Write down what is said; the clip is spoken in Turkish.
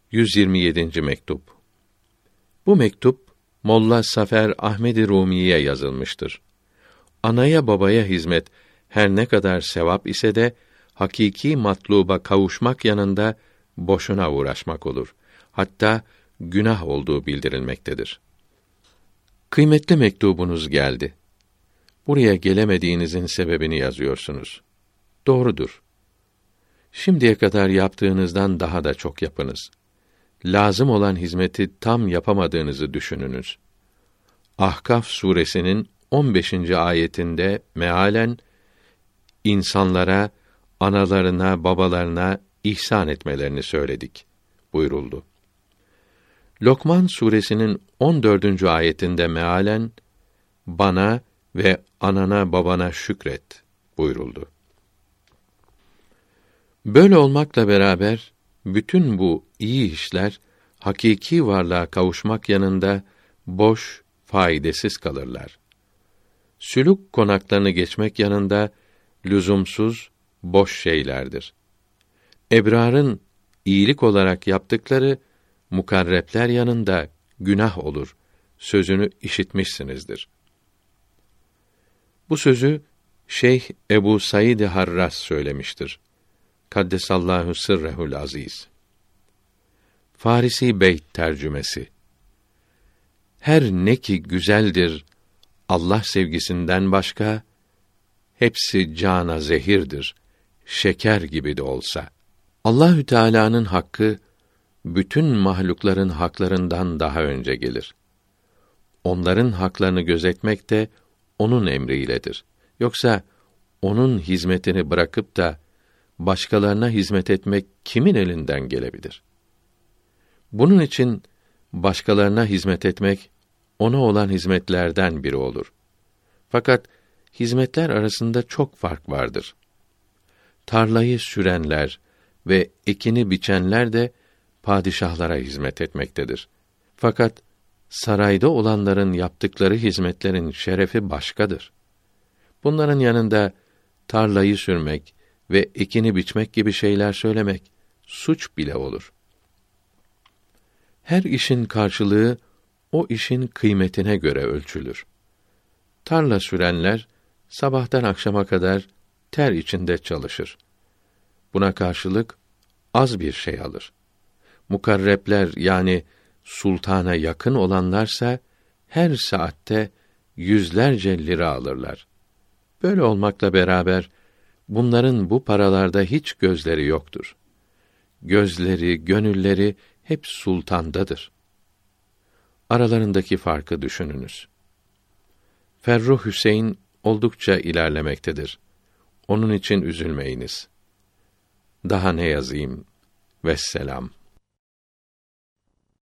127. mektup. Bu mektup Molla Safer Ahmed-i Rumi'ye yazılmıştır. Anaya babaya hizmet her ne kadar sevap ise de hakiki matluba kavuşmak yanında boşuna uğraşmak olur. Hatta günah olduğu bildirilmektedir. Kıymetli mektubunuz geldi. Buraya gelemediğinizin sebebini yazıyorsunuz. Doğrudur. Şimdiye kadar yaptığınızdan daha da çok yapınız. Lazım olan hizmeti tam yapamadığınızı düşününüz. Ahkaf suresinin 15. ayetinde mealen insanlara, analarına, babalarına ihsan etmelerini söyledik buyuruldu. Lokman suresinin 14. ayetinde mealen bana ve anana babana şükret buyuruldu. Böyle olmakla beraber bütün bu iyi işler hakiki varlığa kavuşmak yanında boş, faydasız kalırlar. Sülûk konaklarını geçmek yanında lüzumsuz, boş şeylerdir. Ebrarın iyilik olarak yaptıkları mukarrepler yanında günah olur. Sözünü işitmişsinizdir. Bu sözü Şeyh Ebu Said Harras söylemiştir. Kaddesallahu sırrehul aziz. Farisi Beyt tercümesi. Her ne ki güzeldir Allah sevgisinden başka, hepsi cana zehirdir, şeker gibi de olsa. Allahü Teala'nın hakkı bütün mahlukların haklarından daha önce gelir. Onların haklarını gözetmek de onun emriyledir. Yoksa onun hizmetini bırakıp da başkalarına hizmet etmek kimin elinden gelebilir? Bunun için başkalarına hizmet etmek ona olan hizmetlerden biri olur. Fakat hizmetler arasında çok fark vardır. Tarlayı sürenler ve ekini biçenler de padişahlara hizmet etmektedir. Fakat sarayda olanların yaptıkları hizmetlerin şerefi başkadır. Bunların yanında tarlayı sürmek ve ekini biçmek gibi şeyler söylemek suç bile olur. Her işin karşılığı o işin kıymetine göre ölçülür. Tarla sürenler sabahtan akşama kadar ter içinde çalışır. Buna karşılık az bir şey alır. Mukarrepler yani sultana yakın olanlarsa her saatte yüzlerce lira alırlar. Böyle olmakla beraber bunların bu paralarda hiç gözleri yoktur. Gözleri, gönülleri hep sultandadır. Aralarındaki farkı düşününüz. Ferruh Hüseyin oldukça ilerlemektedir. Onun için üzülmeyiniz. Daha ne yazayım? Vesselam.